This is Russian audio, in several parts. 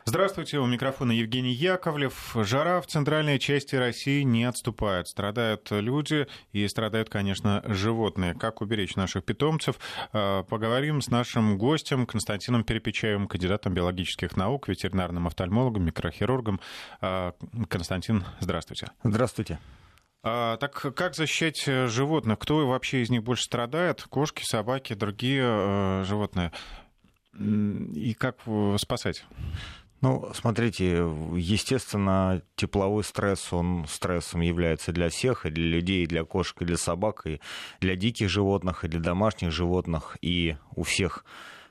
Здравствуйте, у микрофона Евгений Яковлев. Жара в центральной части России не отступает. Страдают люди и страдают, конечно, животные. Как уберечь наших питомцев? Поговорим с нашим гостем Константином Перепечаевым, кандидатом биологических наук, ветеринарным офтальмологом, микрохирургом. Константин, здравствуйте. Здравствуйте. Так как защищать животных? Кто вообще из них больше страдает? Кошки, собаки, другие животные? И как спасать? Ну, смотрите, естественно, тепловой стресс, он стрессом является для всех, и для людей, и для кошек, и для собак, и для диких животных, и для домашних животных, и у всех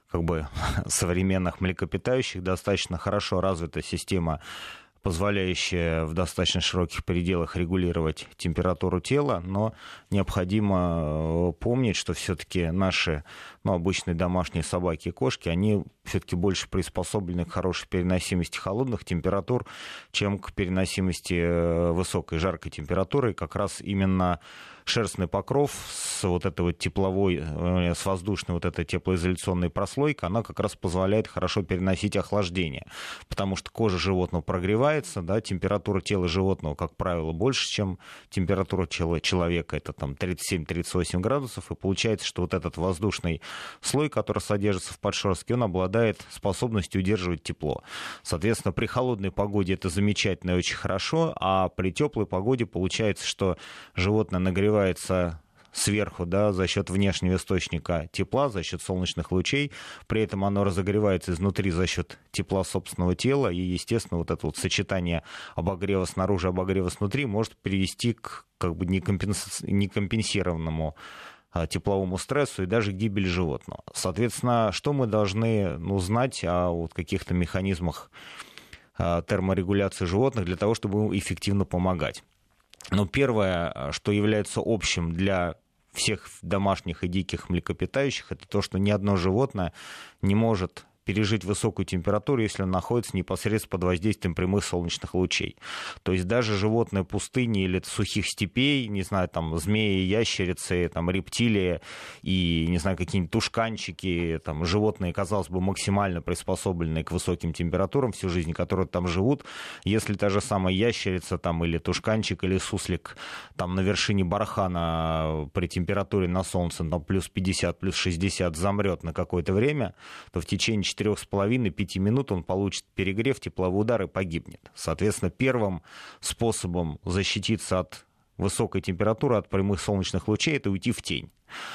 современных млекопитающих достаточно хорошо развита система, позволяющая в достаточно широких пределах регулировать температуру тела, но необходимо помнить, что все-таки наши обычные домашние собаки и кошки, они все-таки больше приспособлены к хорошей переносимости холодных температур, чем к переносимости высокой жаркой температуры. И как раз именно шерстный покров с вот этой вот тепловой, с воздушной вот этой теплоизоляционной прослойкой, она как раз позволяет хорошо переносить охлаждение, потому что кожа животного прогревается, да, температура тела животного, как правило, больше, чем температура тела человека, это там 37-38 градусов, и получается, что вот этот воздушный слой, который содержится в подшерстке, он обладает способностью удерживать тепло. Соответственно, при холодной погоде это замечательно и очень хорошо, а при теплой погоде получается, что животное нагревается сверху, да, за счет внешнего источника тепла, за счет солнечных лучей, при этом оно разогревается изнутри за счет тепла собственного тела, и, естественно, вот это вот сочетание обогрева снаружи, обогрева снутри может привести к некомпенсированному тепловому стрессу и даже гибели животного. Соответственно, что мы должны знать о вот каких-то механизмах терморегуляции животных для того, чтобы им эффективно помогать? Но первое, что является общим для всех домашних и диких млекопитающих, это то, что ни одно животное не может пережить высокую температуру, если он находится непосредственно под воздействием прямых солнечных лучей. То есть даже животные пустыни или сухих степей, не знаю, там змеи, ящерицы, там рептилии и, не знаю, какие-нибудь тушканчики, там животные, казалось бы, максимально приспособленные к высоким температурам всю жизнь, которые там живут, если та же самая ящерица там, или тушканчик, или суслик там на вершине бархана при температуре на солнце там, плюс 50, плюс 60 замрет на какое-то время, то в течение 4,5-5 минут он получит перегрев, тепловой удар и погибнет. Соответственно, первым способом защититься от высокой температуры, от прямых солнечных лучей, это уйти в тень.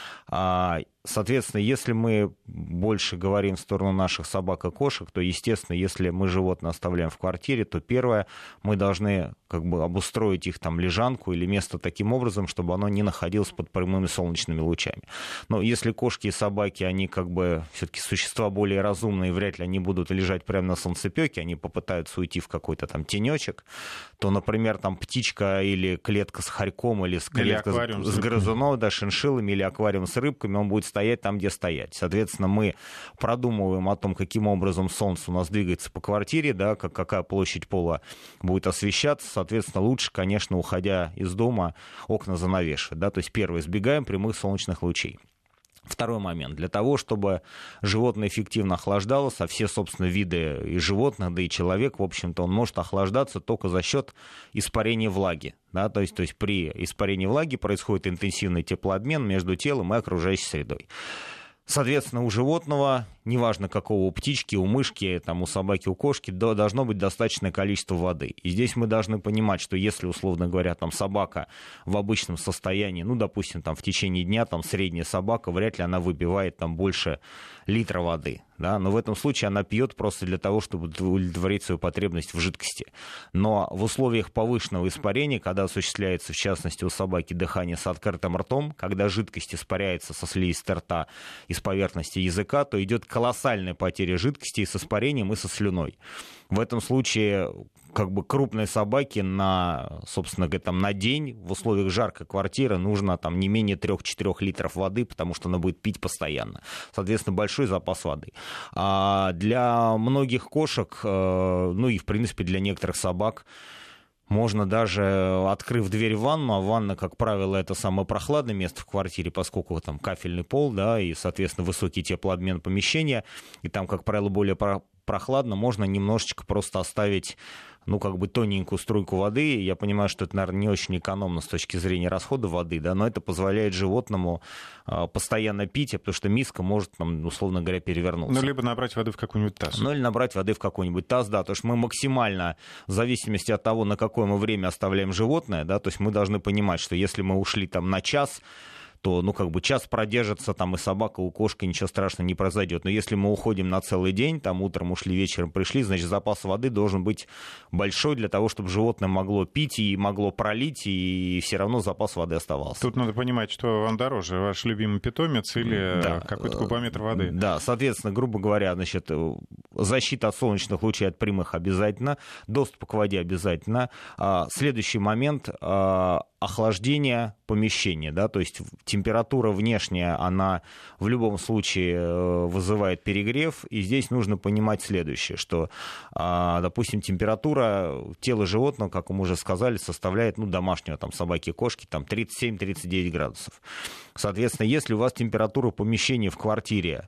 Соответственно, если мы больше говорим в сторону наших собак и кошек, то, естественно, если мы животное оставляем в квартире, то первое, мы должны обустроить их там лежанку или место таким образом, чтобы оно не находилось под прямыми солнечными лучами. Но если кошки и собаки, они все-таки существа более разумные, вряд ли они будут лежать прямо на солнцепёке, они попытаются уйти в какой-то там тенечек, то, например, там птичка или клетка с хорьком или клетка с грызуном, да, шиншиллами или аквариум с рыбками, он будет стоять там, где стоять. Соответственно, мы продумываем о том, каким образом солнце у нас двигается по квартире, да, какая площадь пола будет освещаться. Соответственно, лучше, конечно, уходя из дома, окна занавешивать. Да, то есть, первое, избегаем прямых солнечных лучей. Второй момент. Для того, чтобы животное эффективно охлаждалось, а все, собственно, виды и животных, да и человек, в общем-то, он может охлаждаться только за счет испарения влаги. Да? То есть при испарении влаги происходит интенсивный теплообмен между телом и окружающей средой. Соответственно, у животного, неважно какого, у птички, у мышки, там, у собаки, у кошки, должно быть достаточное количество воды. И здесь мы должны понимать, что если, условно говоря, там, собака в обычном состоянии, допустим, там, в течение дня, там, средняя собака, вряд ли она выпивает там, больше литра воды. Да? Но в этом случае она пьет просто для того, чтобы удовлетворить свою потребность в жидкости. Но в условиях повышенного испарения, когда осуществляется, в частности, у собаки дыхание с открытым ртом, когда жидкость испаряется со слизистой рта и с поверхности языка, то идет колоссальная потеря жидкости и с испарением, и со слюной. В этом случае крупной собаке собственно говоря, на день в условиях жаркой квартиры нужно не менее 3-4 литров воды, потому что она будет пить постоянно. Соответственно, большой запас воды. А для многих кошек, и в принципе для некоторых собак, Можно даже, открыв дверь в ванну, а ванна, как правило, это самое прохладное место в квартире, поскольку там кафельный пол, да, и, соответственно, высокий теплообмен помещения, и там, как правило, более прохладно, можно немножечко просто оставить, ну, как бы тоненькую струйку воды. Я понимаю, что это, наверное, не очень экономно с точки зрения расхода воды, да, но это позволяет животному постоянно пить, потому что миска может, там, условно говоря, перевернуться. Ну, либо набрать воды в какой-нибудь таз. Ну, или набрать воды в какой-нибудь таз, да, потому что мы максимально, в зависимости от того, на какое мы время оставляем животное, да, то есть мы должны понимать, что если мы ушли там на час, то, ну, как бы час продержится там и собака, и кошка, ничего страшного не произойдет. Но если мы уходим на целый день, там утром ушли, вечером пришли, значит, запас воды должен быть большой для того, чтобы животное могло пить и могло пролить, и все равно запас воды оставался. Тут надо понимать, что вам дороже, ваш любимый питомец или какой-то кубометр воды. Да, соответственно, грубо говоря, значит, защита от солнечных лучей от прямых обязательно, доступ к воде обязательно. Следующий момент — охлаждение помещения, да, то есть температура внешняя, она в любом случае вызывает перегрев, и здесь нужно понимать следующее, что, допустим, температура тела животного, как мы уже сказали, составляет, ну, домашнего, там, собаки и кошки, там, 37-39 градусов. Соответственно, если у вас температура помещения в квартире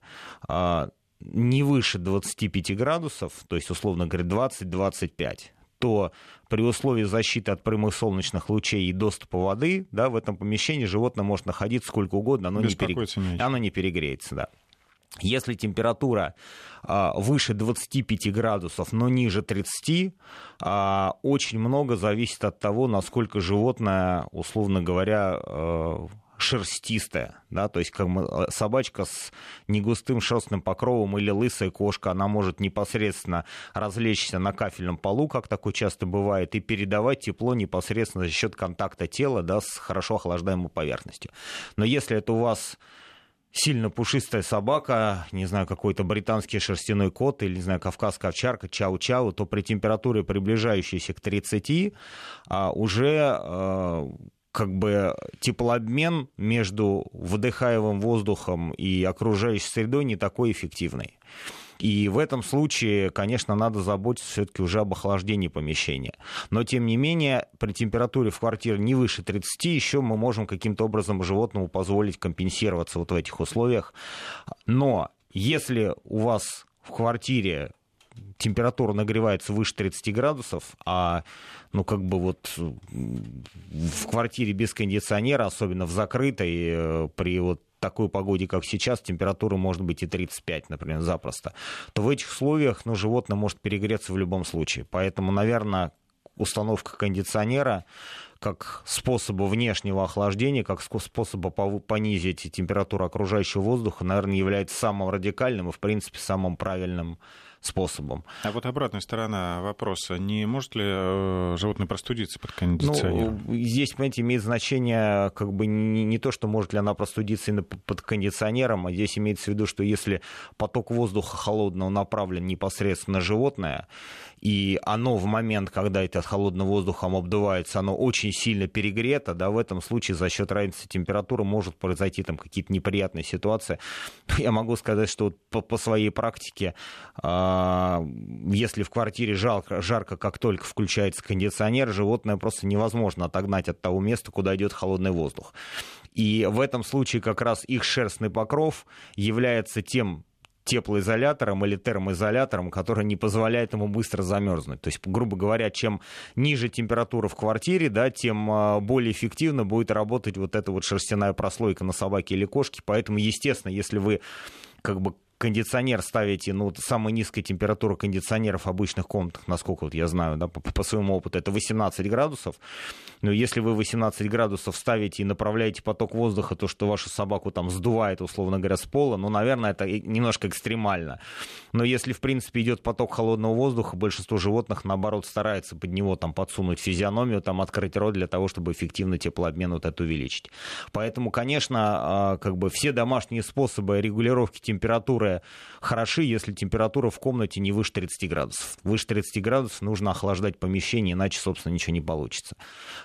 не выше 25 градусов, то есть, условно говоря, 20-25, то при условии защиты от прямых солнечных лучей и доступа воды, да, в этом помещении животное может находиться сколько угодно, оно не перегреется. Да. Если температура выше 25 градусов, но ниже 30, очень много зависит от того, насколько животное, условно говоря, шерстистая, да, то есть как бы собачка с негустым шерстным покровом или лысая кошка, она может непосредственно развлечься на кафельном полу, как такое часто бывает, и передавать тепло непосредственно за счет контакта тела, да, с хорошо охлаждаемой поверхностью. Но если это у вас сильно пушистая собака, не знаю, какой-то британский шерстяной кот или, не знаю, кавказская овчарка, чау-чау, то при температуре, приближающейся к 30, уже как бы теплообмен между выдыхаемым воздухом и окружающей средой не такой эффективный. И в этом случае, конечно, надо заботиться все-таки уже об охлаждении помещения. Но, тем не менее, при температуре в квартире не выше 30 еще мы можем каким-то образом животному позволить компенсироваться вот в этих условиях. Но если у вас в квартире температура нагревается выше 30 градусов, ну, как бы вот в квартире без кондиционера, особенно в закрытой, при вот такой погоде, как сейчас, температура может быть и 35, например, запросто, то в этих условиях, ну, животное может перегреться в любом случае. Поэтому, наверное, установка кондиционера как способа внешнего охлаждения, как способа понизить температуру окружающего воздуха, наверное, является самым радикальным и, в принципе, самым правильным способом. А вот обратная сторона вопроса. Не может ли животное простудиться под кондиционером? Ну, здесь, понимаете, имеет значение как бы не то, что может ли она простудиться именно под кондиционером, а здесь имеется в виду, что если поток воздуха холодного направлен непосредственно на животное, и оно в момент, когда этот холодным воздухом обдувается, оно очень сильно перегрето, да, в этом случае за счет разницы температуры может произойти там какие-то неприятные ситуации. Я могу сказать, что по своей практике, если в квартире жарко, как только включается кондиционер, животное просто невозможно отогнать от того места, куда идет холодный воздух. И в этом случае как раз их шерстный покров является тем теплоизолятором или термоизолятором, который не позволяет ему быстро замерзнуть. То есть, грубо говоря, чем ниже температура в квартире, да, тем более эффективно будет работать вот эта вот шерстяная прослойка на собаке или кошке. Поэтому, естественно, если вы как бы кондиционер ставите, ну, самая низкая температура кондиционеров в обычных комнатах, насколько вот я знаю, да, по своему опыту, это 18 градусов. Но если вы 18 градусов ставите и направляете поток воздуха, то, что вашу собаку там сдувает, условно говоря, с пола, ну, наверное, это немножко экстремально. Но если, в принципе, идет поток холодного воздуха, большинство животных, наоборот, старается под него там подсунуть физиономию, там открыть рот для того, чтобы эффективно теплообмен вот это увеличить. Поэтому, конечно, как бы все домашние способы регулировки температуры которые хороши, если температура в комнате не выше 30 градусов. Выше 30 градусов нужно охлаждать помещение, иначе, собственно, ничего не получится.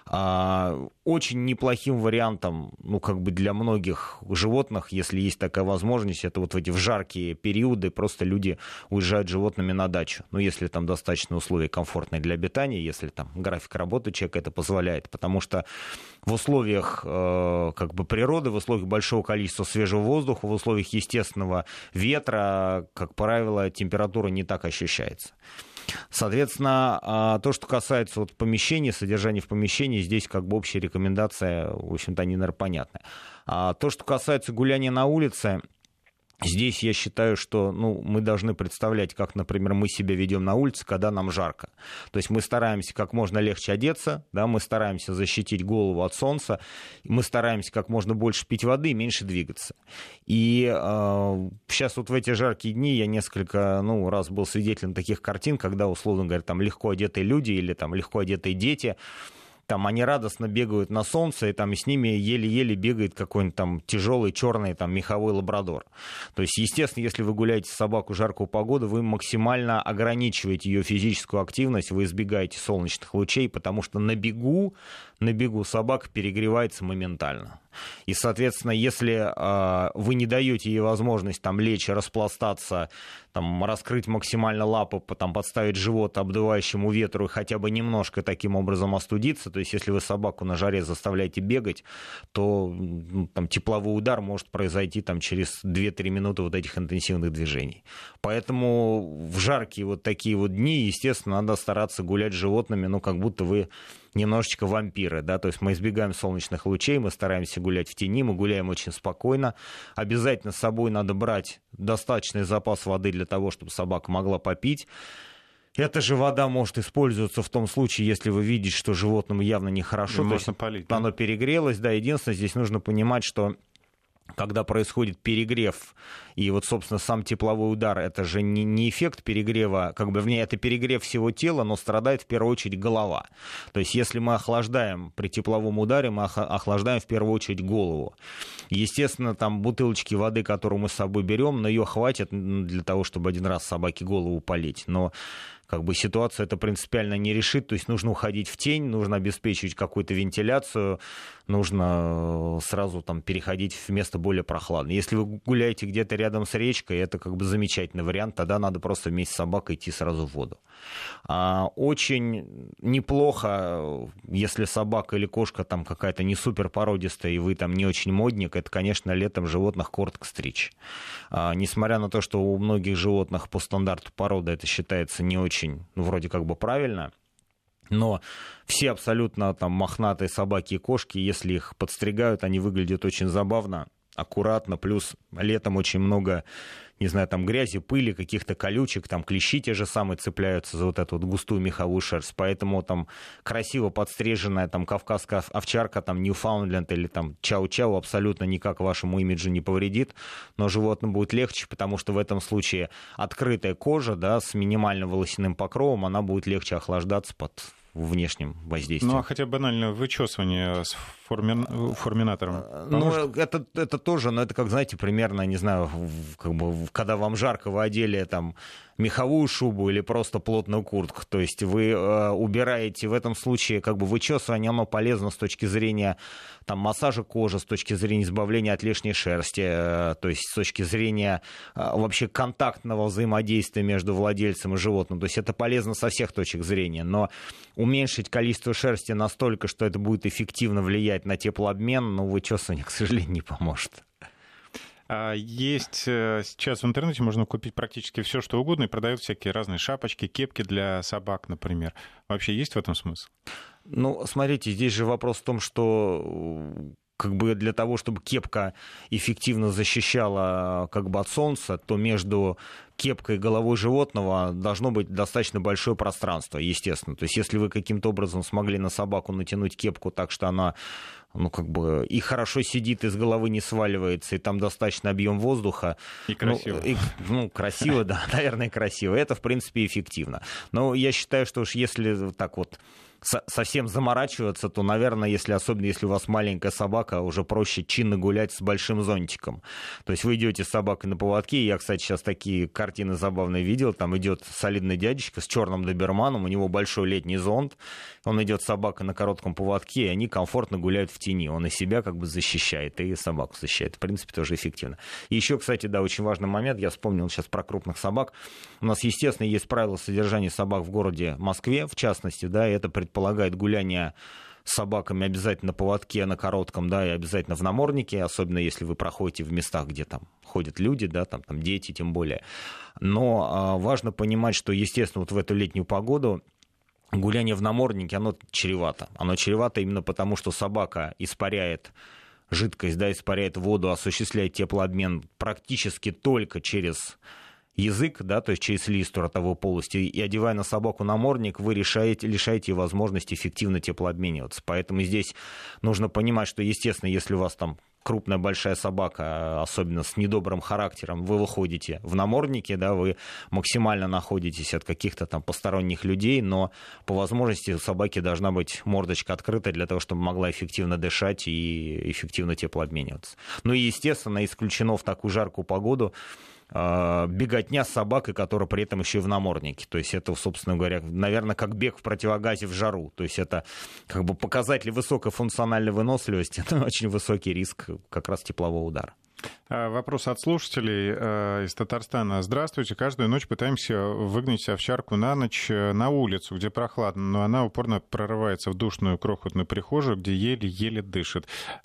Очень неплохим вариантом, для многих животных, если есть такая возможность, это вот в эти жаркие периоды просто люди уезжают с животными на дачу. Если там достаточно условий комфортные для обитания, если там график работы человека это позволяет, потому что в условиях природы, в условиях большого количества свежего воздуха, в условиях естественного ветра, как правило, температура не так ощущается. Соответственно, то, что касается помещений, содержания в помещении, здесь общая рекомендация, в общем-то, они, наверное, понятны. То, что касается гуляния на улице, здесь я считаю, что мы должны представлять, как, например, мы себя ведем на улице, когда нам жарко. То есть мы стараемся как можно легче одеться, да, мы стараемся защитить голову от солнца, мы стараемся как можно больше пить воды и меньше двигаться. И сейчас в эти жаркие дни я несколько раз был свидетелем таких картин, когда, условно говоря, там легко одетые люди или там легко одетые дети, там они радостно бегают на солнце, и с ними еле-еле бегает какой-нибудь там тяжелый черный меховой лабрадор. То есть, естественно, если вы гуляете с собакой в жаркую погоду, вы максимально ограничиваете ее физическую активность, вы избегаете солнечных лучей, потому что на бегу собака перегревается моментально. И, соответственно, если вы не даете ей возможность лечь, распластаться, раскрыть максимально лапы, подставить живот обдувающему ветру и хотя бы немножко таким образом остудиться, то есть если вы собаку на жаре заставляете бегать, то тепловой удар может произойти через 2-3 минуты этих интенсивных движений. Поэтому в жаркие такие дни, естественно, надо стараться гулять с животными, как будто вы немножечко вампиры, да, то есть мы избегаем солнечных лучей, мы стараемся гулять в тени, мы гуляем очень спокойно. Обязательно с собой надо брать достаточный запас воды для того, чтобы собака могла попить. Эта же вода может использоваться в том случае, если вы видите, что животному явно нехорошо, то есть полить, оно перегрелось, да, единственное, здесь нужно понимать, что когда происходит перегрев, и собственно, сам тепловой удар, это же не эффект перегрева, это перегрев всего тела, но страдает в первую очередь голова. То есть, если мы охлаждаем при тепловом ударе, мы охлаждаем в первую очередь голову. Естественно, бутылочки воды, которую мы с собой берем, но ее хватит для того, чтобы один раз собаке голову полить, но ситуация это принципиально не решит, то есть нужно уходить в тень, нужно обеспечивать какую-то вентиляцию, нужно сразу переходить в место более прохладное. Если вы гуляете где-то рядом с речкой, это замечательный вариант, тогда надо просто вместе с собакой идти сразу в воду. Очень неплохо, если собака или кошка какая-то не супер породистая, и вы не очень модник, это, конечно, летом животных коротко стричь. Несмотря на то, что у многих животных по стандарту породы это считается не очень, вроде правильно, но все абсолютно мохнатые собаки и кошки, если их подстригают, они выглядят очень забавно, аккуратно, плюс летом очень много, грязи, пыли, каких-то колючек, клещи те же самые цепляются за эту густую меховую шерсть, поэтому красиво подстриженная кавказская овчарка, Ньюфаундленд или чау-чау абсолютно никак вашему имиджу не повредит, но животному будет легче, потому что в этом случае открытая кожа, да, с минимальным волосяным покровом, она будет легче охлаждаться под внешним воздействием. Хотя банальное вычесывание с форминатором. Это тоже, но это примерно, не знаю, когда вам жарко, вы одели меховую шубу или просто плотную куртку. То есть вы убираете в этом случае, вычесывание, оно полезно с точки зрения массажа кожи, с точки зрения избавления от лишней шерсти, то есть с точки зрения вообще контактного взаимодействия между владельцем и животным. То есть это полезно со всех точек зрения, но уменьшить количество шерсти настолько, что это будет эффективно влиять на теплообмен, вычесывание, к сожалению, не поможет. Есть сейчас в интернете, можно купить практически все, что угодно, и продают всякие разные шапочки, кепки для собак, например. Вообще есть в этом смысл? Смотрите, здесь же вопрос в том, что для того, чтобы кепка эффективно защищала от солнца, то между кепкой головой животного должно быть достаточно большое пространство, естественно. То есть если вы каким-то образом смогли на собаку натянуть кепку так, что она и хорошо сидит, из головы не сваливается, и там достаточно объем воздуха. И красиво. Красиво, да, наверное, красиво. Это, в принципе, эффективно. Но я считаю, что уж если так вот совсем заморачиваться, то, наверное, особенно если у вас маленькая собака, уже проще чинно гулять с большим зонтиком. То есть вы идете с собакой на поводке, я, кстати, сейчас такие картины забавные видел, там идет солидный дядечка с черным доберманом, у него большой летний зонт, он идет с собакой на коротком поводке, и они комфортно гуляют в тени, он и себя защищает, и собаку защищает. В принципе, тоже эффективно. И еще, кстати, да, очень важный момент, я вспомнил сейчас про крупных собак. У нас, естественно, есть правила содержания собак в городе Москве, в частности, да, и это предполагает гуляние с собаками обязательно на поводке, на коротком, да, и обязательно в наморднике, особенно если вы проходите в местах, где там ходят люди, да, там дети тем более. Но важно понимать, что, естественно, вот в эту летнюю погоду гуляние в наморднике, оно чревато. Оно чревато именно потому, что собака испаряет жидкость, да, испаряет воду, осуществляет теплообмен практически только через язык, да, то есть через слизистую ротовую полость, и одевая на собаку намордник, вы лишаете ее возможности эффективно теплообмениваться. Поэтому здесь нужно понимать, что, естественно, если у вас там крупная большая собака, особенно с недобрым характером, вы выходите в наморднике, да, вы максимально находитесь от каких-то там посторонних людей, но по возможности у собаки должна быть мордочка открыта для того, чтобы могла эффективно дышать и эффективно теплообмениваться. Ну и, естественно, исключено в такую жаркую погоду беготня с собакой, которая при этом еще и в наморднике. То есть это, собственно говоря, наверное, как бег в противогазе в жару. То есть это показатель высокой функциональной выносливости, это очень высокий риск как раз теплового удара. Вопрос от слушателей из Татарстана. Здравствуйте. Каждую ночь пытаемся выгнать овчарку на ночь на улицу, где прохладно, но она упорно прорывается в душную крохотную прихожую, где еле-еле дышит.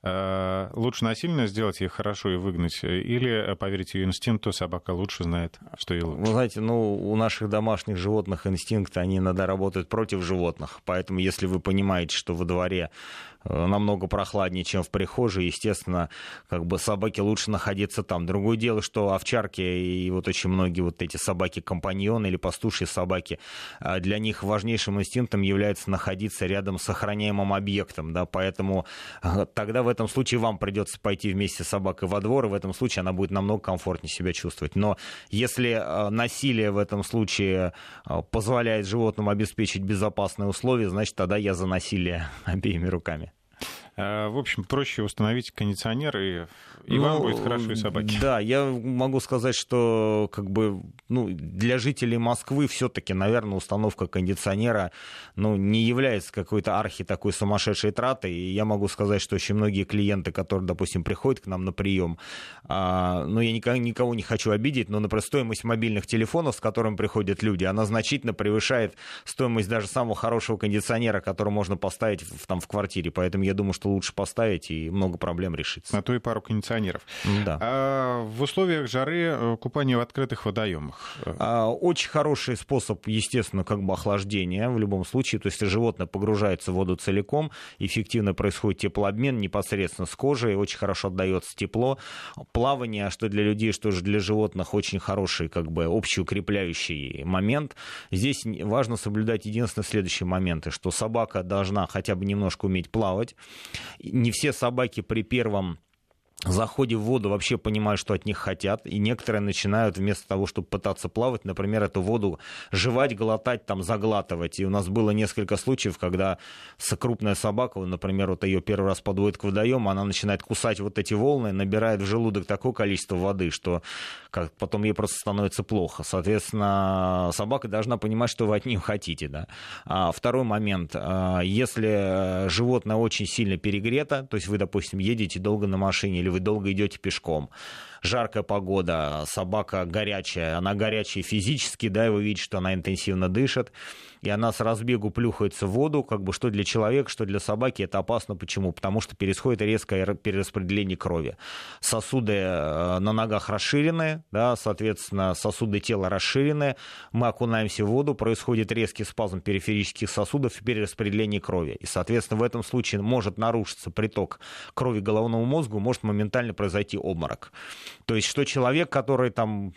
Лучше насильно сделать ей хорошо и выгнать, или поверить ее инстинкту, собака лучше знает, что ей лучше? Вы знаете, у наших домашних животных инстинкты, они иногда работают против животных, поэтому если вы понимаете, что во дворе намного прохладнее, чем в прихожей, естественно, собаке лучше находиться там. Другое дело, что овчарки и очень многие эти собаки-компаньоны или пастушьи собаки, для них важнейшим инстинктом является находиться рядом с охраняемым объектом, да, поэтому тогда в этом случае вам придется пойти вместе с собакой во двор, и в этом случае она будет намного комфортнее себя чувствовать. Но если насилие в этом случае позволяет животному обеспечить безопасные условия, значит, тогда я за насилие обеими руками. В общем, проще установить кондиционер, и вам будет хорошо, и собаке. Да, я могу сказать, что для жителей Москвы все-таки, наверное, установка кондиционера не является какой-то такой сумасшедшей тратой. И я могу сказать, что очень многие клиенты, которые, допустим, приходят к нам на прием, я никого не хочу обидеть, но, например, стоимость мобильных телефонов, с которыми приходят люди, она значительно превышает стоимость даже самого хорошего кондиционера, который можно поставить в квартире. Поэтому я думаю, что лучше поставить, и много проблем решится. А то и пару кондиционеров. Да. В условиях жары купание в открытых водоемах? Очень хороший способ, естественно, охлаждения в любом случае. То есть, если животное погружается в воду целиком, эффективно происходит теплообмен непосредственно с кожей, очень хорошо отдается тепло. Плавание, что для людей, что же для животных, очень хороший общеукрепляющий момент. Здесь важно соблюдать единственные следующие моменты, что собака должна хотя бы немножко уметь плавать. Не все собаки при первом заходе в воду вообще понимают, что от них хотят, и некоторые начинают вместо того, чтобы пытаться плавать, например, эту воду жевать, глотать, заглатывать. И у нас было несколько случаев, когда крупная собака, например, ее первый раз подводит к водоему, она начинает кусать эти волны, набирает в желудок такое количество воды, что потом ей просто становится плохо. Соответственно, собака должна понимать, что вы от нее хотите. Да? Второй момент. Если животное очень сильно перегрето, то есть вы, допустим, едете долго на машине, или вы долго идете пешком, жаркая погода, собака горячая, она горячая физически, да, и вы видите, что она интенсивно дышит, и она с разбегу плюхается в воду, что для человека, что для собаки это опасно. Почему? Потому что происходит резкое перераспределение крови. Сосуды на ногах расширены, да, соответственно, сосуды тела расширены, мы окунаемся в воду, происходит резкий спазм периферических сосудов и перераспределение крови. И, соответственно, в этом случае может нарушиться приток крови к головному мозгу, может моментально произойти обморок. То есть, что человек, который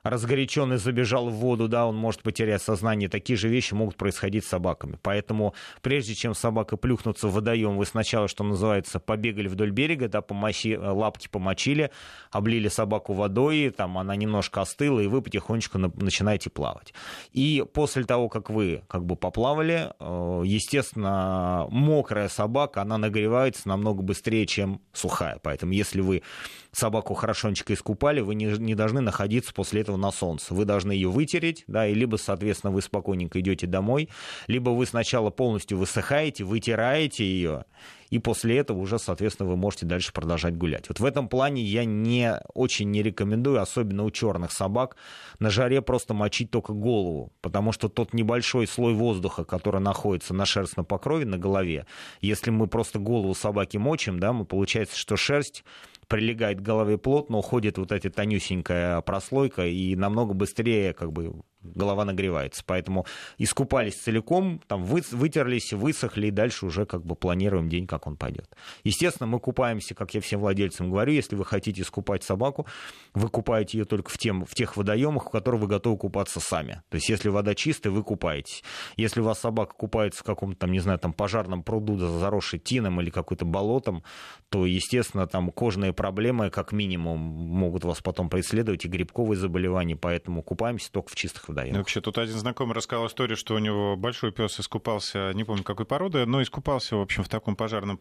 разгоряченный забежал в воду, да, он может потерять сознание. Такие же вещи могут происходить с собаками. Поэтому прежде чем собака плюхнуться в водоем, вы сначала, что называется, побегали вдоль берега, да, лапки помочили, облили собаку водой, там она немножко остыла, и вы потихонечку начинаете плавать. И после того, как вы как бы поплавали, естественно, мокрая собака, она нагревается намного быстрее, чем сухая. Поэтому если вы собаку хорошенечко искупали, вы не должны находиться после этого на солнце. Вы должны ее вытереть, да, и либо, соответственно, вы спокойненько идете домой, либо вы сначала полностью высыхаете, вытираете ее, и после этого уже, соответственно, вы можете дальше продолжать гулять. Вот в этом плане я очень не рекомендую, особенно у черных собак, на жаре просто мочить только голову, потому что тот небольшой слой воздуха, который находится на шерстном покрове на голове, если мы просто голову собаки мочим, да, получается, что шерсть прилегает к голове плотно, уходит вот эта тонюсенькая прослойка, и намного быстрее как бы голова нагревается. Поэтому искупались целиком, там вытерлись, высохли, и дальше уже как бы планируем день, как он пойдет. Естественно, мы купаемся, как я всем владельцам говорю, если вы хотите искупать собаку, вы купаете ее только в тех водоемах, в которых вы готовы купаться сами. То есть, если вода чистая, вы купаетесь. Если у вас собака купается в каком-то там, не знаю, там пожарном пруду, заросший тином или какой-то болотом, то, естественно, там кожные проблемы, как минимум, могут вас потом преследовать, и грибковые заболевания, поэтому купааемся только в чистых водоемах. Вообще, тут один знакомый рассказал историю, что у него большой пес искупался, не помню какой породы, но искупался, в общем, в таком пожарном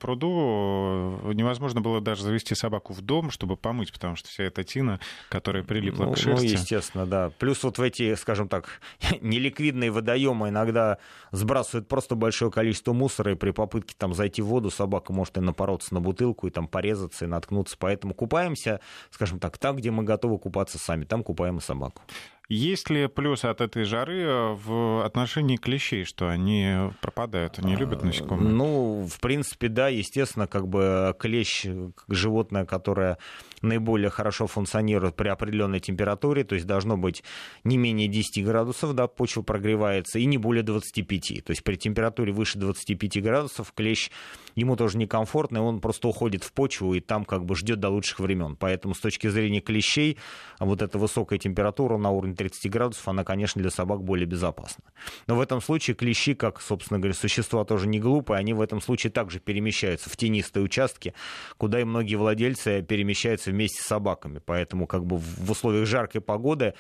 пруду. Невозможно было даже завести собаку в дом, чтобы помыть, потому что вся эта тина, которая прилипла к шерсти. Ну, естественно, да. Плюс вот в эти, скажем так, неликвидные водоемы иногда сбрасывают просто большое количество мусора, и при попытке там зайти в воду собака может и напороться на бутылку, и там порезаться, и наткнуться. Поэтому купаемся, скажем так, там, где мы готовы купаться сами, там купаем и собаку. Есть ли плюс от этой жары в отношении клещей, что они пропадают, они любят насекомых? Ну, в принципе, да, естественно, как бы клещ, животное, которое наиболее хорошо функционирует при определенной температуре, то есть должно быть не менее 10 градусов, да, почва прогревается, и не более 25. То есть при температуре выше 25 градусов клещ, ему тоже некомфортно, он просто уходит в почву и там как бы ждет до лучших времен. Поэтому с точки зрения клещей вот эта высокая температура на уровне 30 градусов, она, конечно, для собак более безопасна. Но в этом случае клещи, как, собственно говоря, существа тоже не глупые, они в этом случае также перемещаются в тенистые участки, куда и многие владельцы перемещаются вместе с собаками. Поэтому как бы в условиях жаркой погоды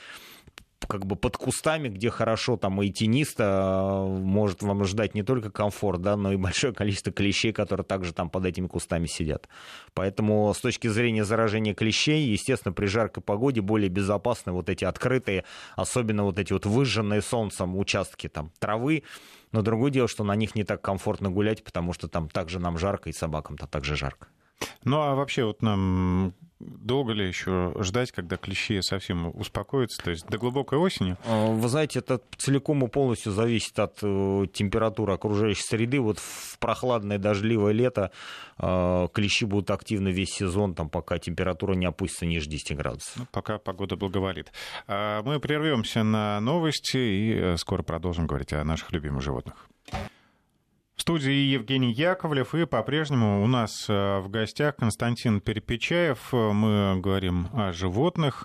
как бы под кустами, где хорошо там и тенисто, может вам ждать не только комфорт, да, но и большое количество клещей, которые также там под этими кустами сидят. Поэтому с точки зрения заражения клещей, естественно, при жаркой погоде более безопасны вот эти открытые, особенно вот эти вот выжженные солнцем участки там травы. Но другое дело, что на них не так комфортно гулять, потому что там также нам жарко, и собакам-то также жарко. Ну, а вообще вот нам долго ли еще ждать, когда клещи совсем успокоятся, то есть до глубокой осени? Вы знаете, это целиком и полностью зависит от температуры окружающей среды. Вот в прохладное дождливое лето клещи будут активны весь сезон, там, пока температура не опустится ниже 10 градусов. Ну, пока погода благоволит. Мы прервемся на новости и скоро продолжим говорить о наших любимых животных. В студии Евгений Яковлев, и по-прежнему у нас в гостях Константин Перепечаев. Мы говорим о животных.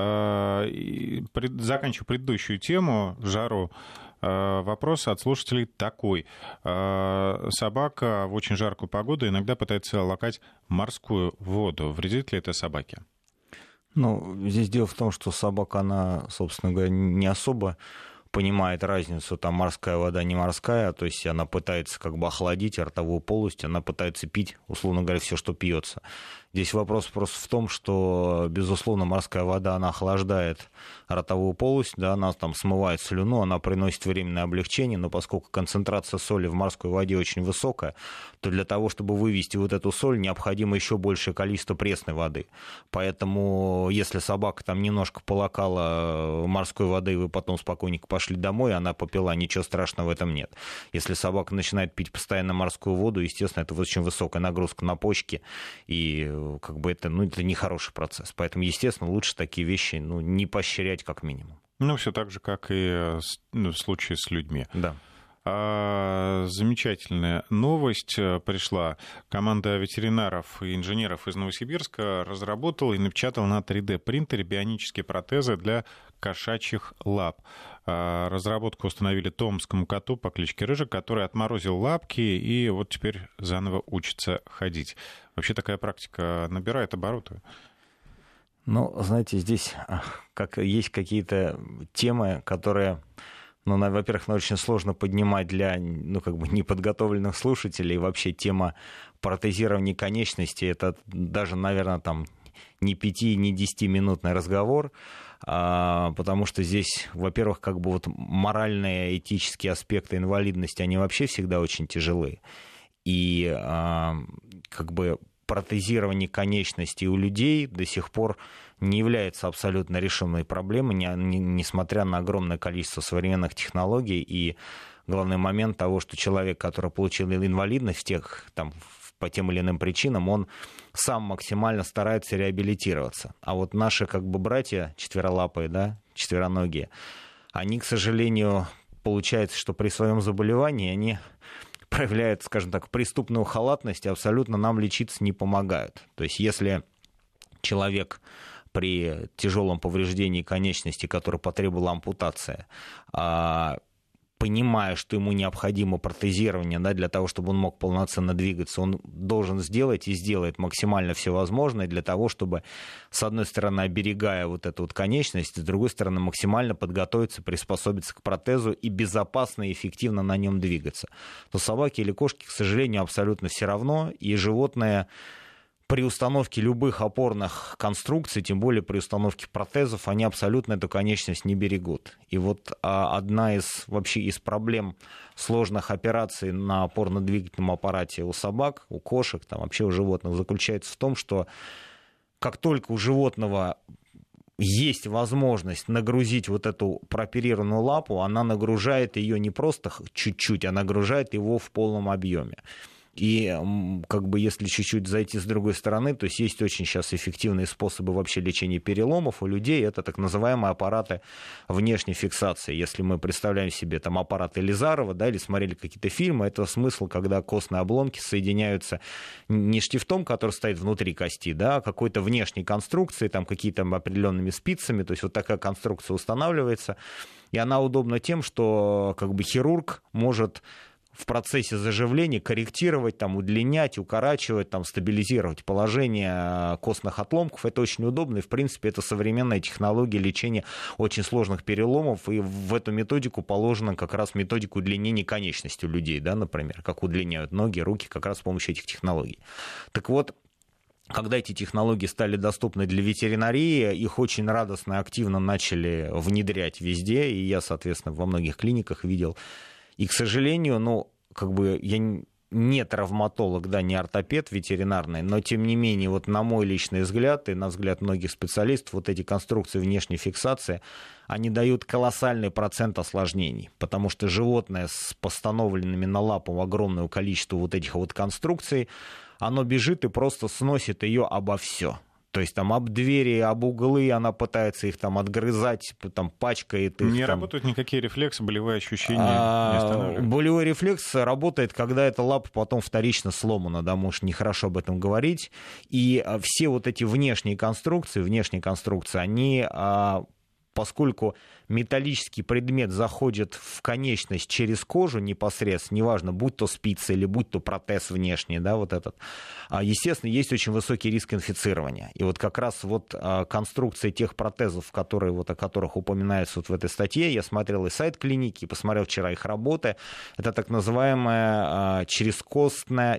Заканчиваю предыдущую тему, жару. Вопрос от слушателей такой. Собака в очень жаркую погоду иногда пытается лакать морскую воду. Вредит ли это собаке? Ну, здесь дело в том, что собака, она, собственно говоря, не особо понимает разницу, там морская вода, не морская, то есть она пытается как бы охладить ротовую полость, она пытается пить, условно говоря, все, что пьется. Здесь вопрос просто в том, что, безусловно, морская вода, она охлаждает ротовую полость, да, она там смывает слюну, она приносит временное облегчение, но поскольку концентрация соли в морской воде очень высокая, то для того, чтобы вывести вот эту соль, необходимо еще большее количество пресной воды. Поэтому, если собака там немножко полакала морской воды, и вы потом спокойненько пошли домой, она попила, ничего страшного в этом нет. Если собака начинает пить постоянно морскую воду, естественно, это очень высокая нагрузка на почки, и как бы это нехороший процесс. Поэтому, естественно, лучше такие вещи не поощрять как минимум. Ну, все так же, как и в случае с людьми. Да. Замечательная новость пришла. Команда ветеринаров и инженеров из Новосибирска разработала и напечатала на 3D-принтере бионические протезы для кошачьих лап. Разработку установили томскому коту по кличке Рыжик, который отморозил лапки и вот теперь заново учится ходить. Вообще такая практика набирает обороты. Ну, знаете, здесь есть какие-то темы, которые, во-первых, очень сложно поднимать для, неподготовленных слушателей. Вообще тема протезирования конечностей, это даже, наверное, там не 5, не 10-минутный разговор, потому что здесь, во-первых, моральные, этические аспекты инвалидности, они вообще всегда очень тяжелы. И протезирование конечностей у людей до сих пор не является абсолютно решенной проблемой, несмотря на огромное количество современных технологий. И главный момент того, что человек, который получил инвалидность по тем или иным причинам, он сам максимально старается реабилитироваться. А вот наши братья четверолапые, четвероногие, они, к сожалению, получается, что при своем заболевании они проявляют, скажем так, преступную халатность и абсолютно нам лечиться не помогают. То есть если человек при тяжелом повреждении конечности, которое потребовала ампутация, понимая, что ему необходимо протезирование, для того, чтобы он мог полноценно двигаться, он должен сделать и сделает максимально все возможное для того, чтобы, с одной стороны, оберегая эту конечность, с другой стороны, максимально подготовиться, приспособиться к протезу и безопасно и эффективно на нем двигаться. Но собаки или кошки, к сожалению, абсолютно все равно, и животные при установке любых опорных конструкций, тем более при установке протезов, они абсолютно эту конечность не берегут. И одна из проблем сложных операций на опорно-двигательном аппарате у собак, у кошек, вообще у животных заключается в том, что как только у животного есть возможность нагрузить эту прооперированную лапу, она нагружает ее не просто чуть-чуть, а нагружает его в полном объеме. И если чуть-чуть зайти с другой стороны, то есть очень сейчас эффективные способы вообще лечения переломов у людей. Это так называемые аппараты внешней фиксации. Если мы представляем себе аппарат Елизарова, или смотрели какие-то фильмы, это смысл, когда костные обломки соединяются не штифтом, который стоит внутри кости, а какой-то внешней конструкцией, какие-то определенными спицами. То есть такая конструкция устанавливается. И она удобна тем, что хирург может в процессе заживления корректировать, удлинять, укорачивать, стабилизировать положение костных отломков. Это очень удобно, и, в принципе, это современная технология лечения очень сложных переломов, и в эту методику положена как раз методика удлинения конечностей у людей, например, как удлиняют ноги, руки как раз с помощью этих технологий. Так вот, когда эти технологии стали доступны для ветеринарии, их очень радостно и активно начали внедрять везде, и я, соответственно, во многих клиниках видел. И, к сожалению, я не травматолог, не ортопед ветеринарный, но, тем не менее, на мой личный взгляд и на взгляд многих специалистов, эти конструкции внешней фиксации, они дают колоссальный процент осложнений, потому что животное с постановленными на лапу огромное количество этих конструкций, оно бежит и просто сносит ее обо все. То есть об двери, об углы, она пытается их отгрызать, пачкает их. Не работают никакие рефлексы, болевые ощущения не останавливают? Болевой рефлекс работает, когда эта лапа потом вторично сломана, может, нехорошо об этом говорить. И все эти внешние конструкции, они, поскольку металлический предмет заходит в конечность через кожу непосредственно, неважно, будь то спица или будь то протез внешний, естественно, есть очень высокий риск инфицирования. И как раз конструкция тех протезов, о которых упоминаются в этой статье, я смотрел и сайт клиники, посмотрел вчера их работы, это так называемое черезкожное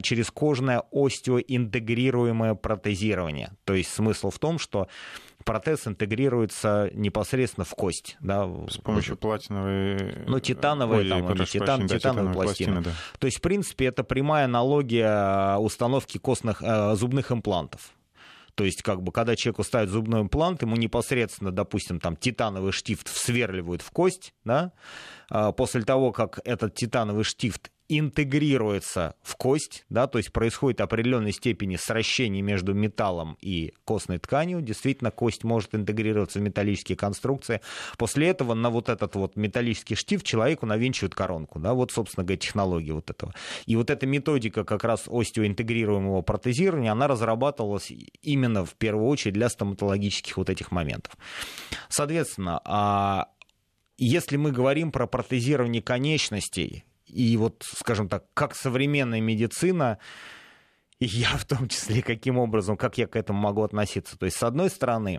остеоинтегрируемое протезирование. То есть смысл в том, что протез интегрируется непосредственно в кость. С помощью платиновой... титановой, титановой пластины. Да. То есть, в принципе, это прямая аналогия установки зубных имплантов. То есть, когда человеку ставят зубной имплант, ему непосредственно, допустим, титановый штифт всверливают в кость, после того, как этот титановый штифт интегрируется в кость, да, то есть происходит определенной степени сращение между металлом и костной тканью. Действительно, кость может интегрироваться в металлические конструкции. После этого на вот этот вот металлический штифт человеку навинчивают коронку. Да, вот, собственно говоря, технология вот этого. И вот эта методика как раз остеоинтегрируемого протезирования, она разрабатывалась именно в первую очередь для стоматологических вот этих моментов. Соответственно, если мы говорим про протезирование конечностей, и вот, скажем так, как современная медицина, и я в том числе, каким образом, как я к этому могу относиться. То есть, с одной стороны,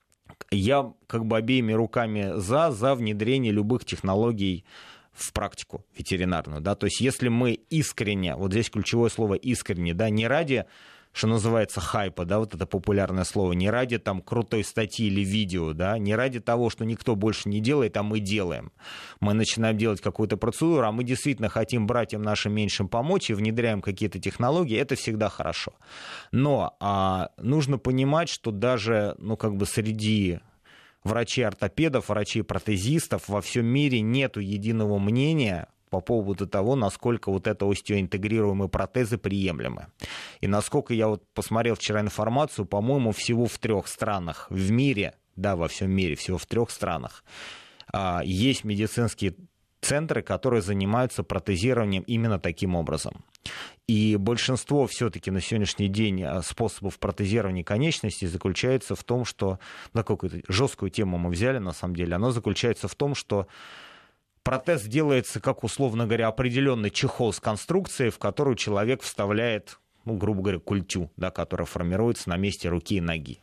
я как бы обеими руками за внедрение любых технологий в практику ветеринарную. Да? То есть, если мы искренне, вот здесь ключевое слово искренне, да, не ради, что называется, хайпа, да, вот это популярное слово, не ради там крутой статьи или видео, да, не ради того, что никто больше не делает, а мы делаем. Мы начинаем делать какую-то процедуру, а мы действительно хотим братьям нашим меньшим помочь и внедряем какие-то технологии, это всегда хорошо. Но нужно понимать, что даже, ну, как бы среди врачей-ортопедов, врачей-протезистов во всем мире нету единого мнения по поводу того, насколько вот это остеоинтегрируемые протезы приемлемы. И насколько я вот посмотрел вчера информацию, по-моему, всего в 3 странах в мире, да, во всем мире, всего в 3 странах есть медицинские центры, которые занимаются протезированием именно таким образом. И большинство все-таки на сегодняшний день способов протезирования конечностей заключается в том, что, да, какую-то жесткую тему мы взяли, на самом деле, оно заключается в том, что протез делается, как, условно говоря, определенный чехол с конструкцией, в которую человек вставляет, ну, грубо говоря, культю, да, которая формируется на месте руки и ноги.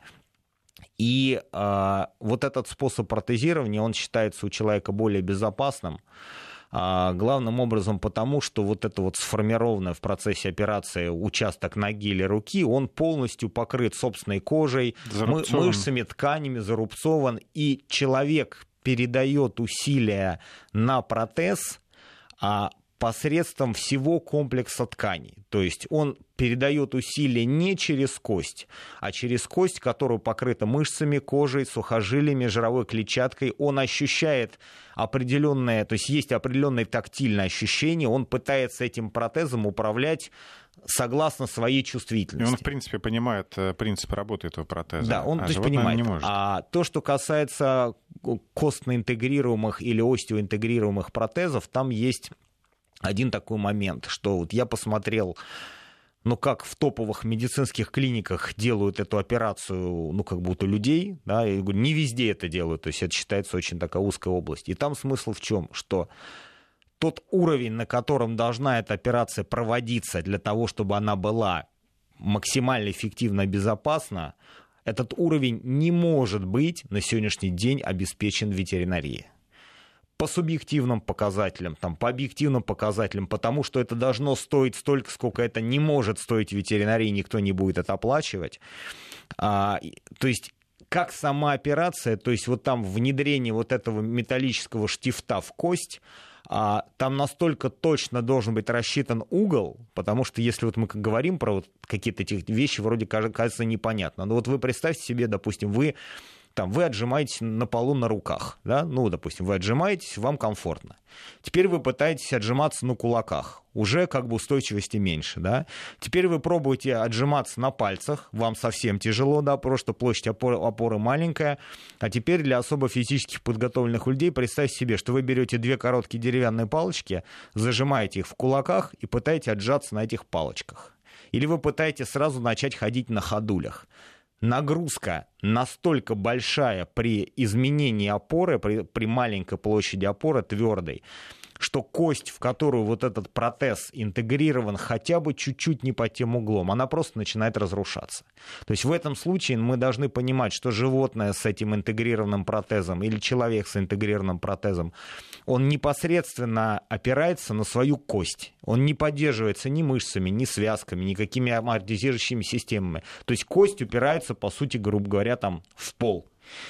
И вот этот способ протезирования, он считается у человека более безопасным, главным образом потому, что вот это вот сформированное в процессе операции участок ноги или руки, он полностью покрыт собственной кожей, мышцами, тканями, зарубцован, и человек передает усилия на протез посредством всего комплекса тканей. То есть он передает усилия не через кость, а через кость, которая покрыта мышцами, кожей, сухожилиями, жировой клетчаткой. Он ощущает определенное, то есть есть определенное тактильное ощущение, он пытается этим протезом управлять согласно своей чувствительности. И он, в принципе, понимает принцип работы этого протеза. Да, он понимает. Не может. А то, что касается костно-интегрируемых или остеоинтегрируемых протезов, там есть один такой момент, что вот я посмотрел, ну, как в топовых медицинских клиниках делают эту операцию, ну, как будто людей, да, и говорю, не везде это делают, то есть это считается очень такая узкая область. И там смысл в чем? Что тот уровень, на котором должна эта операция проводиться для того, чтобы она была максимально эффективно и безопасна, этот уровень не может быть на сегодняшний день обеспечен ветеринарией. По субъективным показателям, там, по объективным показателям, потому что это должно стоить столько, сколько это не может стоить в ветеринарии, никто не будет это оплачивать. То есть как сама операция, то есть вот там внедрение вот этого металлического штифта в кость, там настолько точно должен быть рассчитан угол, потому что если вот мы говорим про вот какие-то эти вещи, вроде кажется непонятно. Но вот вы представьте себе, допустим, вы отжимаетесь на полу на руках, да? Ну, допустим, вы отжимаетесь, вам комфортно. Теперь вы пытаетесь отжиматься на кулаках, уже как бы устойчивости меньше, да? Теперь вы пробуете отжиматься на пальцах, вам совсем тяжело, да, просто площадь опоры маленькая. А теперь для особо физически подготовленных людей представьте себе, что вы берете 2 короткие деревянные палочки, зажимаете их в кулаках и пытаетесь отжаться на этих палочках. Или вы пытаетесь сразу начать ходить на ходулях. Нагрузка настолько большая при изменении опоры, при маленькой площади опоры, твердой, что кость, в которую вот этот протез интегрирован хотя бы чуть-чуть не под тем углом, она просто начинает разрушаться. То есть в этом случае мы должны понимать, что животное с этим интегрированным протезом или человек с интегрированным протезом, он непосредственно опирается на свою кость. Он не поддерживается ни мышцами, ни связками, никакими амортизирующими системами. То есть кость упирается, по сути, грубо говоря, там, в пол.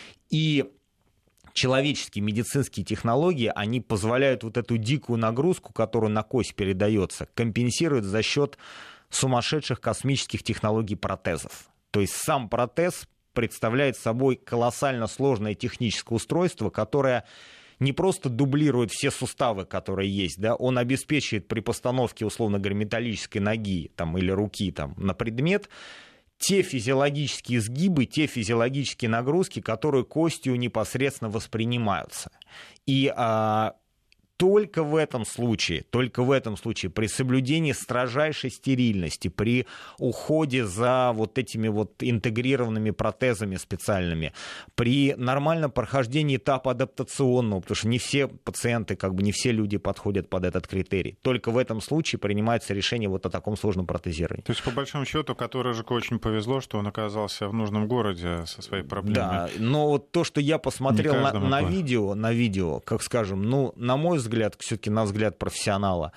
И человеческие медицинские технологии, они позволяют вот эту дикую нагрузку, которую на кость передается, компенсировать за счет сумасшедших космических технологий протезов. То есть сам протез представляет собой колоссально сложное техническое устройство, которое не просто дублирует все суставы, которые есть, да, он обеспечивает при постановке, условно говоря, металлической ноги там, или руки там, на предмет те физиологические сгибы, те физиологические нагрузки, которые костью непосредственно воспринимаются. И только в этом случае, при соблюдении строжайшей стерильности, при уходе за вот этими вот интегрированными протезами специальными, при нормальном прохождении этапа адаптационного, потому что не все пациенты, не все люди подходят под этот критерий, только в этом случае принимается решение вот о таком сложном протезировании. То есть, по большому счету, Каторжику очень повезло, что он оказался в нужном городе со своей проблемой. Да, но вот то, что я посмотрел на видео, как скажем, на мой взгляд, все-таки на взгляд профессионала,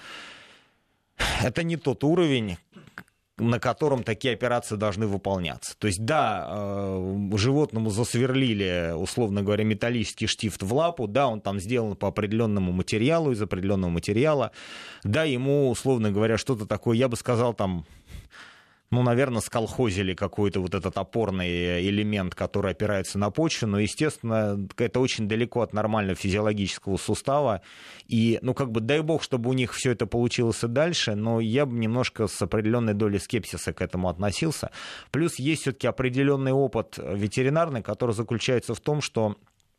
это не тот уровень, на котором такие операции должны выполняться. То есть, да, животному засверлили, условно говоря, металлический штифт в лапу, да, он там сделан по определенному материалу, из определенного материала, да, ему, условно говоря, что-то такое, я бы сказал, там, наверное, сколхозили какой-то вот этот опорный элемент, который опирается на почву, но, естественно, это очень далеко от нормального физиологического сустава, и, дай бог, чтобы у них все это получилось и дальше, но я бы немножко с определенной долей скепсиса к этому относился. Плюс есть все-таки определенный опыт ветеринарный, который заключается в том, что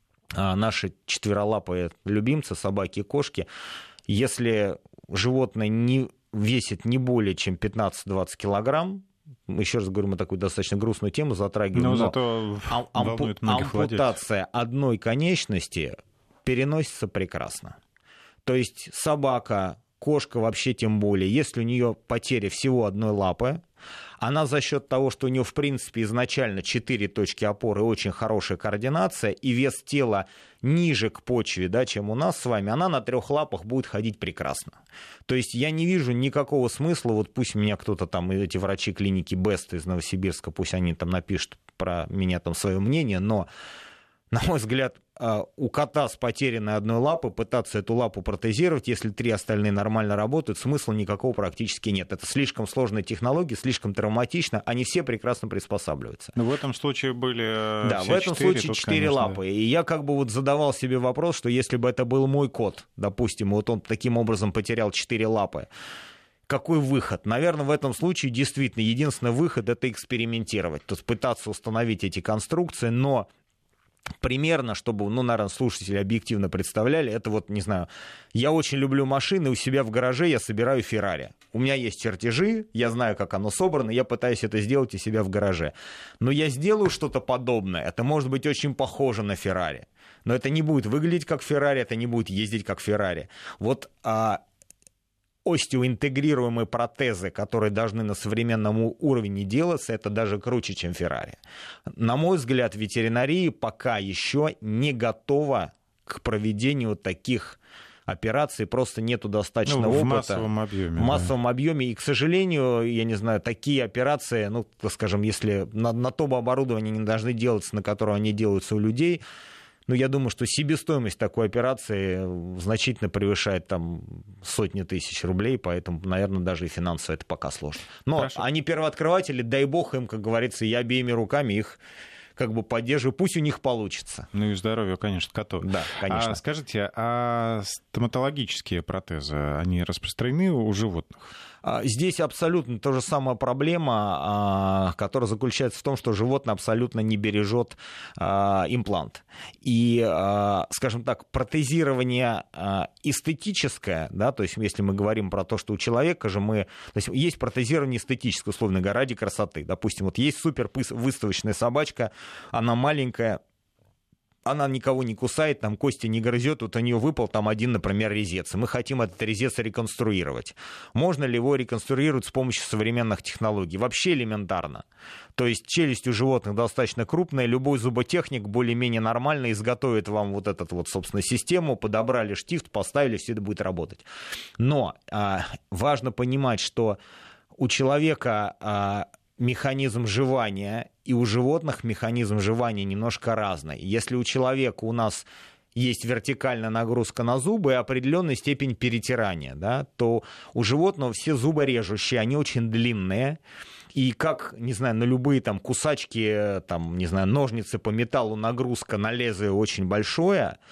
наши четверолапые любимцы, собаки и кошки, если животное не весит не более чем 15-20 килограмм. Еще раз говорю, мы такую достаточно грустную тему затрагиваем. Но зато волнует многих владельцев. Ампутация одной конечности переносится прекрасно. То есть собака, кошка вообще тем более, если у нее потеря всего одной лапы, она за счет того, что у нее, в принципе, изначально 4 точки опоры, очень хорошая координация, и вес тела ниже к почве, да, чем у нас с вами, она на 3 лапах будет ходить прекрасно. То есть я не вижу никакого смысла, вот пусть меня кто-то там, эти врачи клиники Бест из Новосибирска, пусть они там напишут про меня там свое мнение, но, на мой взгляд, у кота с потерянной одной лапы пытаться эту лапу протезировать, если 3 остальные нормально работают, смысла никакого практически нет. Это слишком сложная технология, слишком травматично, они все прекрасно приспосабливаются. Но в этом случае были в этом случае 4 лапы. И я задавал себе вопрос, что если бы это был мой кот, допустим, вот он таким образом потерял 4 лапы, какой выход? Наверное, в этом случае действительно единственный выход — это экспериментировать, то есть пытаться установить эти конструкции, но примерно, чтобы, наверное, слушатели объективно представляли, это не знаю, я очень люблю машины, у себя в гараже я собираю Феррари. У меня есть чертежи, я знаю, как оно собрано, я пытаюсь это сделать у себя в гараже. Но я сделаю что-то подобное, это может быть очень похоже на Феррари, но это не будет выглядеть как Феррари, это не будет ездить как Феррари. Остеоинтегрируемые протезы, которые должны на современном уровне делаться, это даже круче, чем Феррари. На мой взгляд, ветеринария пока еще не готова к проведению таких операций, просто нету достаточно опыта. В массовом объеме. В массовом объеме. И, к сожалению, я не знаю, такие операции, скажем, если на том оборудовании не должны делаться, на котором они делаются у людей, я думаю, что себестоимость такой операции значительно превышает сотни тысяч рублей, поэтому, наверное, даже и финансово это пока сложно. Но Хорошо. Они первооткрыватели, дай бог им, как говорится, я обеими руками их поддерживаю, пусть у них получится. И здоровье, конечно, котов. Да, конечно. Скажите, а стоматологические протезы, они распространены у животных? Здесь абсолютно та же самая проблема, которая заключается в том, что животное абсолютно не бережет имплант. И, скажем так, протезирование эстетическое, да, то есть если мы говорим про то, что у человека же то есть есть протезирование эстетическое, условно говоря, ради красоты. Допустим, есть супер выставочная собачка, она маленькая, она никого не кусает, кости не грызет, у нее выпал один, например, резец, и мы хотим этот резец реконструировать. Можно ли его реконструировать с помощью современных технологий? Вообще элементарно. То есть челюсть у животных достаточно крупная, любой зуботехник более-менее нормально изготовит вам собственно, систему, подобрали штифт, поставили, все это будет работать. Но важно понимать, что у человека механизм жевания и у животных механизм жевания немножко разный. Если у человека у нас есть вертикальная нагрузка на зубы и определенная степень перетирания, да, то у животного все зубы режущие, они очень длинные. И как, не знаю, на любые кусачки, ножницы по металлу, нагрузка на лезвие очень большая,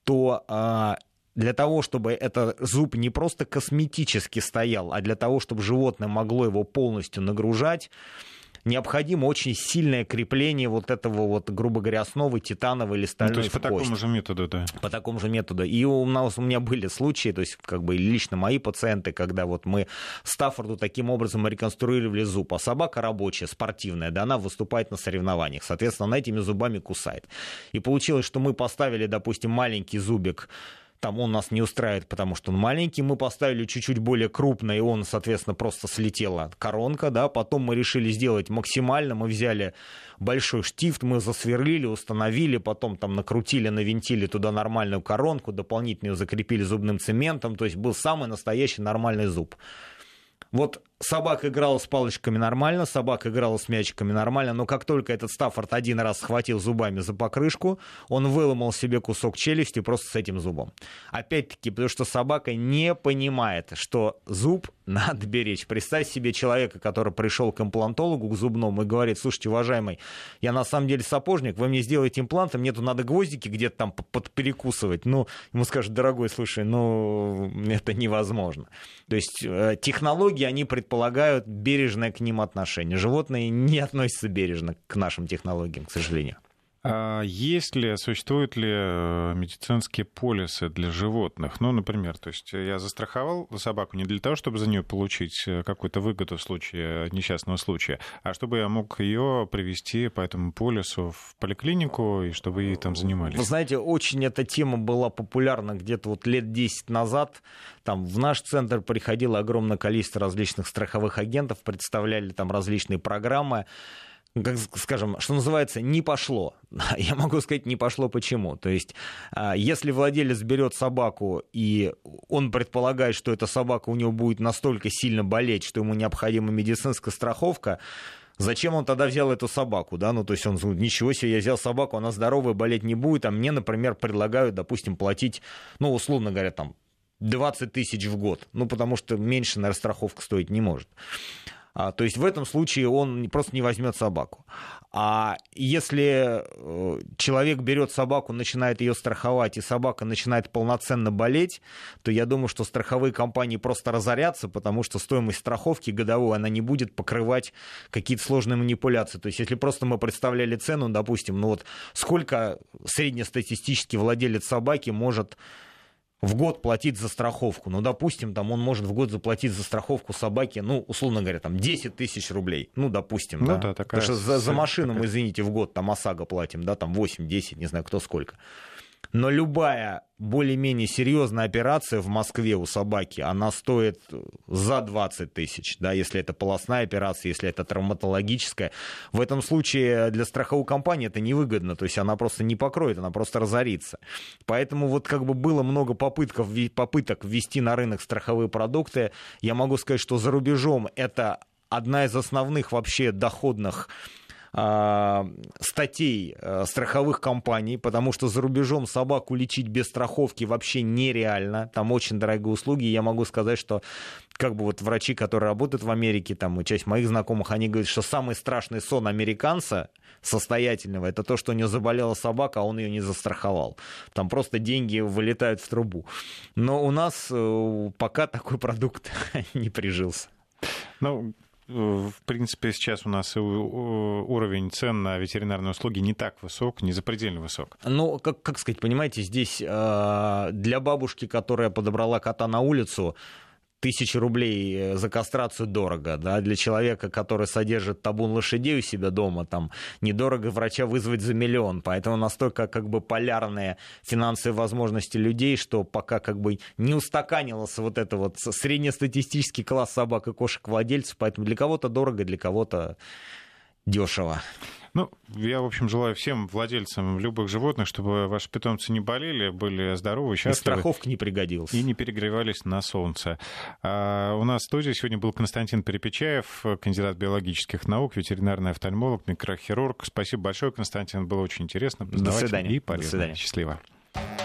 то для того, чтобы этот зуб не просто косметически стоял, а для того, чтобы животное могло его полностью нагружать, необходимо очень сильное крепление вот этого вот, грубо говоря, основы титановой или стальной в кость. То есть по такому же методу, да? По такому же методу. И у меня были случаи, то есть как бы лично мои пациенты, когда вот мы Стаффорду таким образом реконструировали зуб, а собака рабочая, спортивная, да, она выступает на соревнованиях, соответственно, она этими зубами кусает. И получилось, что мы поставили, допустим, маленький зубик, там он нас не устраивает, потому что он маленький, мы поставили чуть-чуть более крупный, и он, соответственно, просто слетела коронка, да, потом мы решили сделать максимально, мы взяли большой штифт, мы засверлили, установили, потом там накрутили, навинтили туда нормальную коронку, дополнительно ее закрепили зубным цементом, то есть был самый настоящий нормальный зуб. Вот собака играла с палочками нормально, собака играла с мячиками нормально, но как только этот Стаффорд один раз схватил зубами за покрышку, он выломал себе кусок челюсти просто с этим зубом. Опять-таки, потому что собака не понимает, что зуб надо беречь. Представь себе человека, который пришел к имплантологу, к зубному, и говорит: слушайте, уважаемый, я на самом деле сапожник, вы мне сделаете имплант, мне тут надо гвоздики где-то там подперекусывать. Ну, ему скажут: дорогой, слушай, ну, это невозможно. То есть технологии, они предполагают бережное к ним отношение. Животные не относятся бережно к нашим технологиям, к сожалению. Существуют ли медицинские полисы для животных? Ну, например, то есть я застраховал собаку не для того, чтобы за нее получить какую-то выгоду в случае несчастного случая, а чтобы я мог ее привести по этому полису в поликлинику, и чтобы ей там занимались. Вы знаете, очень эта тема была популярна где-то вот лет 10 назад. Там в наш центр приходило огромное количество различных страховых агентов, представляли там различные программы. Как скажем, что называется, не пошло. Я могу сказать, не пошло почему. То есть, если владелец берет собаку, и он предполагает, что эта собака у него будет настолько сильно болеть, что ему необходима медицинская страховка, зачем он тогда взял эту собаку, да? Ну, то есть он, ничего себе, я взял собаку, она здоровая, болеть не будет, а мне, например, предлагают, допустим, платить, ну, условно говоря, там, 20 тысяч в год. Ну, потому что меньше, наверное, страховка стоить не может. То есть в этом случае он просто не возьмет собаку. А если человек берет собаку, начинает ее страховать, и собака начинает полноценно болеть, то я думаю, что страховые компании просто разорятся, потому что стоимость страховки годовой, она не будет покрывать какие-то сложные манипуляции. То есть если просто мы представляли цену, допустим, ну вот сколько среднестатистический владелец собаки может в год платить за страховку. Ну, допустим, там он может в год заплатить за страховку собаки, ну, условно говоря, там 10 тысяч рублей. Ну, допустим, ну, да. Потому что за машину мы, извините, в год там ОСАГО платим, да, там 8-10, не знаю, кто сколько. Но любая более-менее серьезная операция в Москве у собаки, она стоит за 20 тысяч, да, если это полостная операция, если это травматологическая. В этом случае для страховой компании это невыгодно, то есть она просто не покроет, она просто разорится. Поэтому вот как бы было много попыток ввести на рынок страховые продукты. Я могу сказать, что за рубежом это одна из основных вообще доходных статей страховых компаний, потому что за рубежом собаку лечить без страховки вообще нереально, там очень дорогие услуги. Я могу сказать, что как бы вот врачи, которые работают в Америке, там, и часть моих знакомых, они говорят, что самый страшный сон американца состоятельного — это то, что у него заболела собака, а он ее не застраховал. Там просто деньги вылетают в трубу. Но у нас пока такой продукт не прижился. Ну, в принципе, сейчас у нас уровень цен на ветеринарные услуги не так высок, не запредельно высок. Ну, как сказать, понимаете, здесь для бабушки, которая подобрала кота на улицу, 1000 рублей за кастрацию дорого, да, для человека, который содержит табун лошадей у себя дома, там, недорого врача вызвать за 1 миллион, поэтому настолько, как бы, полярные финансовые возможности людей, что пока, как бы, не устаканился вот это вот среднестатистический класс собак и кошек владельцев, поэтому для кого-то дорого, для кого-то дешево. Ну, я, в общем, желаю всем владельцам любых животных, чтобы ваши питомцы не болели, были здоровы, счастливы. И страховка не пригодилась. И не перегревались на солнце. У нас в студии сегодня был Константин Перепечаев, кандидат биологических наук, ветеринарный офтальмолог, микрохирург. Спасибо большое, Константин, было очень интересно, познавательно и полезно. До свидания. Счастливо.